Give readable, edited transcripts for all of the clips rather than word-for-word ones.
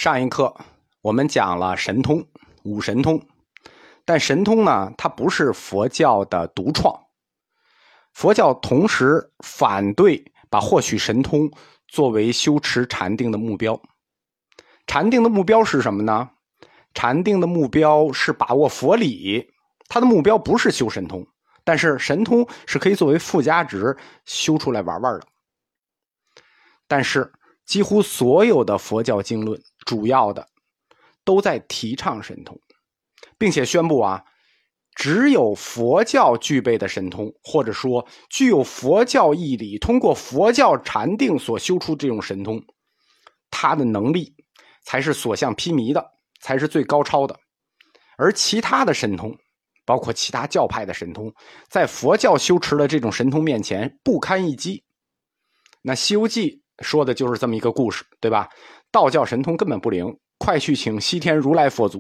上一课我们讲了神通，五神通，但神通呢，它不是佛教的独创。佛教同时反对把获取神通作为修持禅定的目标。禅定的目标是什么呢？禅定的目标是把握佛理，它的目标不是修神通，但是神通是可以作为附加值修出来玩玩的。但是几乎所有的佛教经论主要的都在提倡神通，并且宣布只有佛教具备的神通，或者说具有佛教义理，通过佛教禅定所修出这种神通，它的能力才是所向披靡的，才是最高超的。而其他的神通，包括其他教派的神通，在佛教修持的这种神通面前不堪一击。那《西游记》说的就是这么一个故事，对吧？道教神通根本不灵，快去请西天如来佛祖。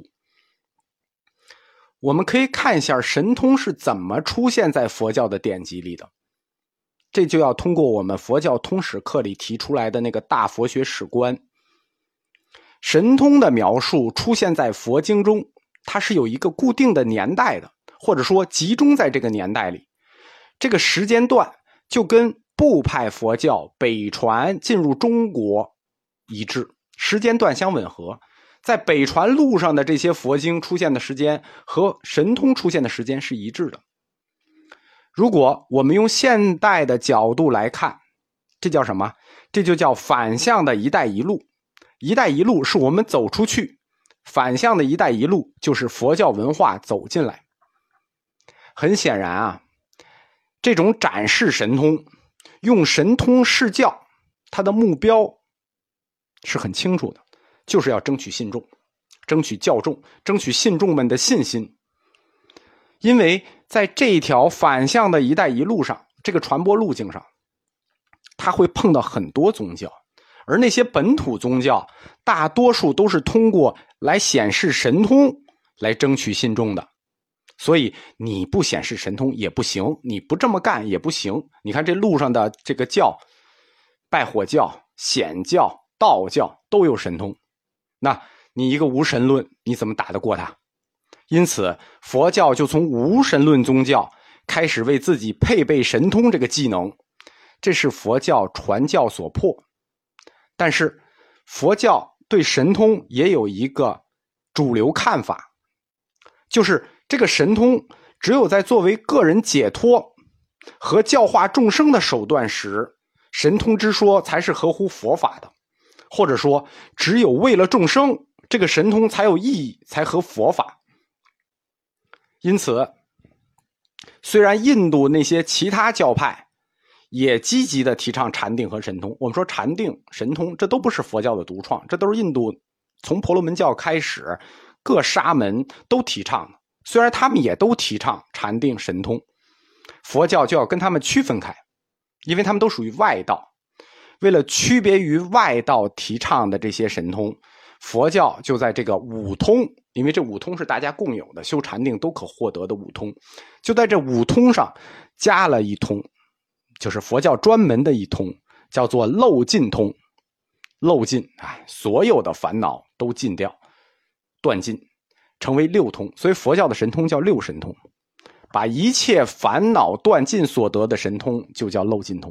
我们可以看一下神通是怎么出现在佛教的典籍里的，这就要通过我们佛教通史课里提出来的那个大佛学史观。神通的描述出现在佛经中，它是有一个固定的年代的，或者说集中在这个年代里。这个时间段就跟部派佛教北传进入中国一致，时间段相吻合。在北传路上的这些佛经出现的时间和神通出现的时间是一致的。如果我们用现代的角度来看，这叫什么？这就叫反向的一带一路。一带一路是我们走出去，反向的一带一路就是佛教文化走进来。很显然这种展示神通，用神通示教，它的目标是很清楚的，就是要争取信众，争取教众，争取信众们的信心。因为在这条反向的一带一路上，这个传播路径上，它会碰到很多宗教，而那些本土宗教大多数都是通过来显示神通来争取信众的。所以你不显示神通也不行，你不这么干也不行。你看这路上的这个教，拜火教、显教、道教都有神通，那你一个无神论你怎么打得过他？因此佛教就从无神论宗教开始为自己配备神通这个技能，这是佛教传教所迫。但是佛教对神通也有一个主流看法，就是这个神通只有在作为个人解脱和教化众生的手段时，神通之说才是合乎佛法的，或者说只有为了众生，这个神通才有意义，才合佛法。因此虽然印度那些其他教派也积极的提倡禅定和神通，我们说禅定神通这都不是佛教的独创，这都是印度从婆罗门教开始各沙门都提倡的。虽然他们也都提倡禅定神通，佛教就要跟他们区分开，因为他们都属于外道。为了区别于外道提倡的这些神通，佛教就在这个五通，因为这五通是大家共有的，修禅定都可获得的五通，就在这五通上加了一通，就是佛教专门的一通，叫做漏尽通。漏尽，所有的烦恼都尽掉，断尽，成为六通。所以佛教的神通叫六神通，把一切烦恼断尽所得的神通就叫漏尽通。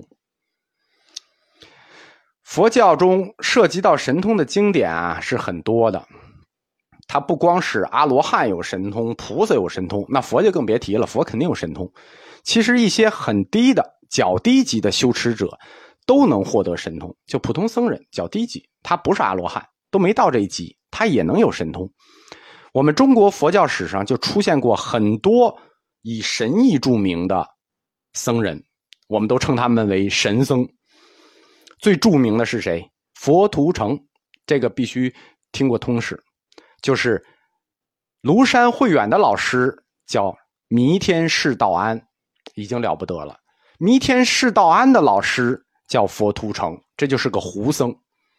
佛教中涉及到神通的经典是很多的，它不光是阿罗汉有神通，菩萨有神通，那佛就更别提了，佛肯定有神通。其实一些很低的较低级的修持者都能获得神通，就普通僧人较低级，他不是阿罗汉，都没到这一级，他也能有神通。我们中国佛教史上就出现过很多以神意著名的僧人，我们都称他们为神僧。最著名的是谁？佛图澄，这个必须听过通史，就是庐山慧远的老师叫弥天释道安，已经了不得了。弥天释道安的老师叫佛图澄，这就是个胡僧。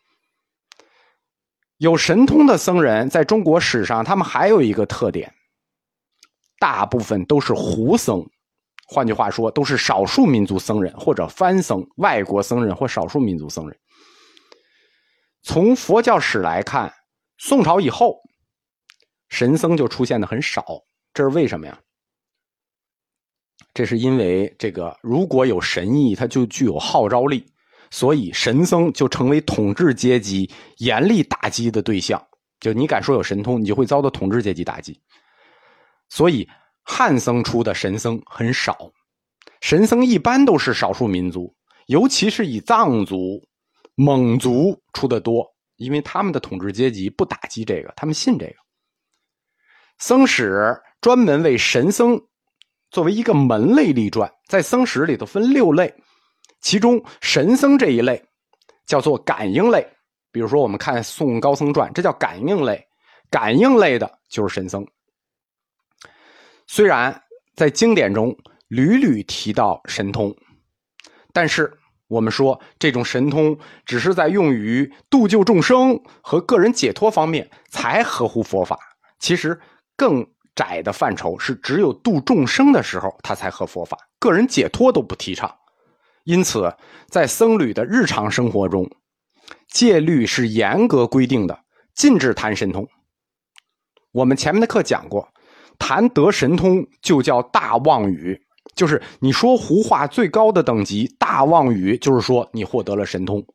有神通的僧人在中国史上，他们还有一个特点，大部分都是胡僧，换句话说都是少数民族僧人或者番僧，外国僧人或少数民族僧人。从佛教史来看， 宋朝以后，神僧就出现的很少，这是为什么呀？这是因为这个如果有神意，它就具有号召力，所以神僧就成为统治阶级严厉打击的对象。就你敢说有神通，你就会遭到统治阶级打击。所以汉僧出的神僧很少，神僧一般都是少数民族，尤其是以藏族、蒙族出的多，因为他们的统治阶级不打击这个，他们信这个。僧史专门为神僧作为一个门类立传，在僧史里头分6类，其中神僧这一类叫做感应类。比如说我们看《宋高僧传》，这叫感应类，感应类的就是神僧。虽然在经典中屡屡提到神通，但是我们说这种神通只是在用于度救众生和个人解脱方面才合乎佛法，其实更窄的范畴是只有度众生的时候它才合佛法，个人解脱都不提倡。因此在僧侣的日常生活中，戒律是严格规定的，禁止谈神通。我们前面的课讲过，谈得神通就叫大妄语，就是你说胡话最高的等级，大妄语就是说你获得了神通。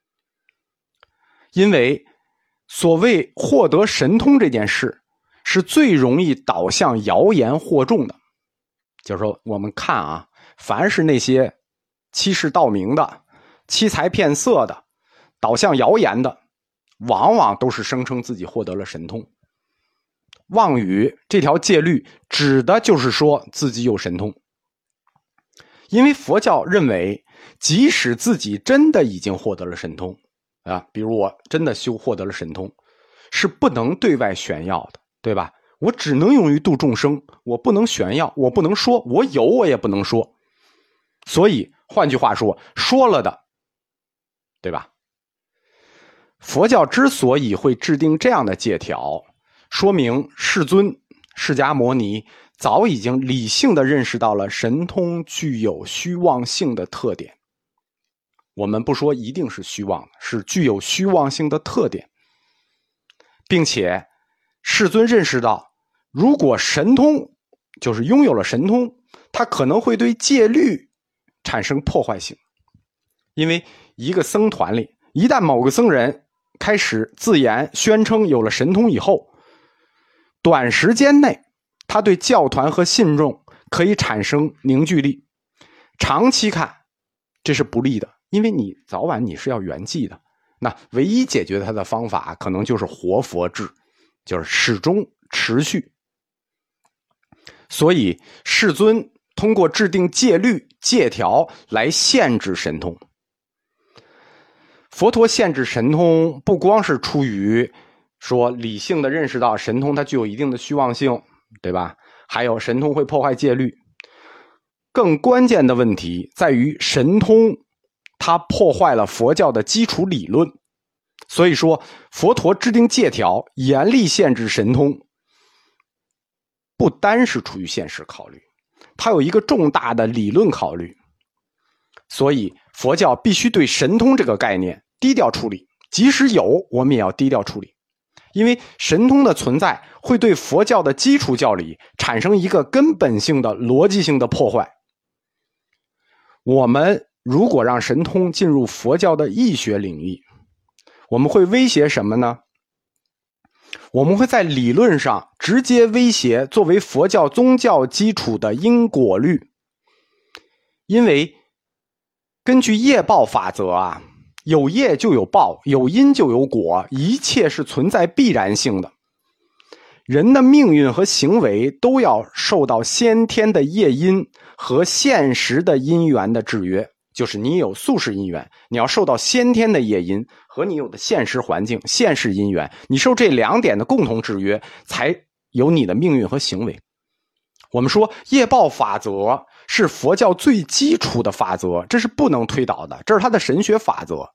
因为所谓获得神通这件事是最容易导向谣言惑众的。就是说我们看啊，凡是那些欺世盗名的、欺财骗色的、导向谣言的，往往都是声称自己获得了神通。妄语这条戒律指的就是说自己有神通。因为佛教认为，即使自己真的已经获得了神通啊，比如我真的获得了神通，是不能对外炫耀的，对吧？我只能用于度众生，我不能炫耀，我不能说，我有我也不能说。所以换句话说，说了的，对吧？佛教之所以会制定这样的戒条，说明世尊释迦牟尼早已经理性地认识到了神通具有虚妄性的特点。我们不说一定是虚妄的，是具有虚妄性的特点，并且世尊认识到，如果神通就是拥有了神通，它可能会对戒律产生破坏性。因为一个僧团里，一旦某个僧人开始自言宣称有了神通以后，短时间内他对教团和信众可以产生凝聚力，长期看这是不利的，因为你早晚你是要圆寂的。那唯一解决它的方法可能就是活佛制，就是始终持续。所以世尊通过制定戒律戒条来限制神通。佛陀限制神通不光是出于说理性的认识到神通它具有一定的虚妄性，对吧？还有神通会破坏戒律。更关键的问题在于神通它破坏了佛教的基础理论。所以说佛陀制定戒条严厉限制神通，不单是出于现实考虑，它有一个重大的理论考虑。所以佛教必须对神通这个概念低调处理，即使有我们也要低调处理。因为神通的存在会对佛教的基础教理产生一个根本性的逻辑性的破坏。我们如果让神通进入佛教的义学领域，我们会威胁什么呢？我们会在理论上直接威胁作为佛教宗教基础的因果律。因为根据业报法则啊，有业就有报，有因就有果，一切是存在必然性的。人的命运和行为都要受到先天的业因和现实的因缘的制约，就是你有宿世因缘，你要受到先天的业因和你有的现实环境现实因缘，你受这2点的共同制约，才有你的命运和行为。我们说业报法则是佛教最基础的法则，这是不能推倒的，这是它的神学法则。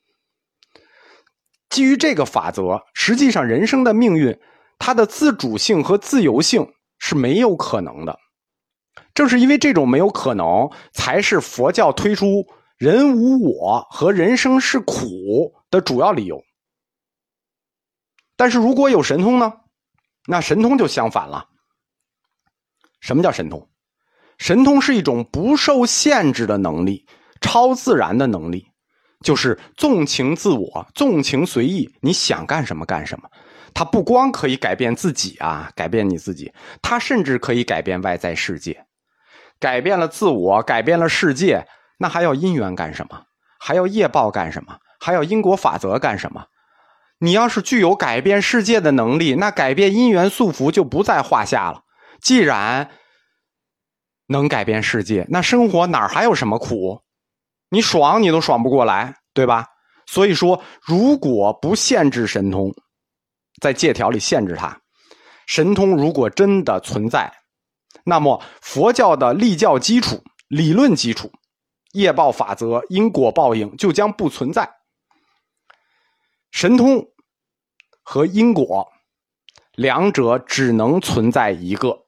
基于这个法则，实际上人生的命运它的自主性和自由性是没有可能的。正是因为这种没有可能，才是佛教推出人无我和人生是苦的主要理由。 但是如果有神通呢，那神通就相反了。什么叫神通？神通是一种不受限制的能力，超自然的能力，就是纵情自我，纵情随意，你想干什么干什么。它不光可以改变自己啊，改变你自己，它甚至可以改变外在世界。改变了自我，改变了世界，那还要因缘干什么？还要业报干什么？还要因果法则干什么？你要是具有改变世界的能力，那改变因缘束缚就不在话下了。既然能改变世界，那生活哪还有什么苦？你爽你都爽不过来，对吧？所以说，如果不限制神通，在戒条里限制它，神通如果真的存在，那么佛教的立教基础、理论基础、业报法则、因果报应就将不存在。神通和因果两者只能存在一个，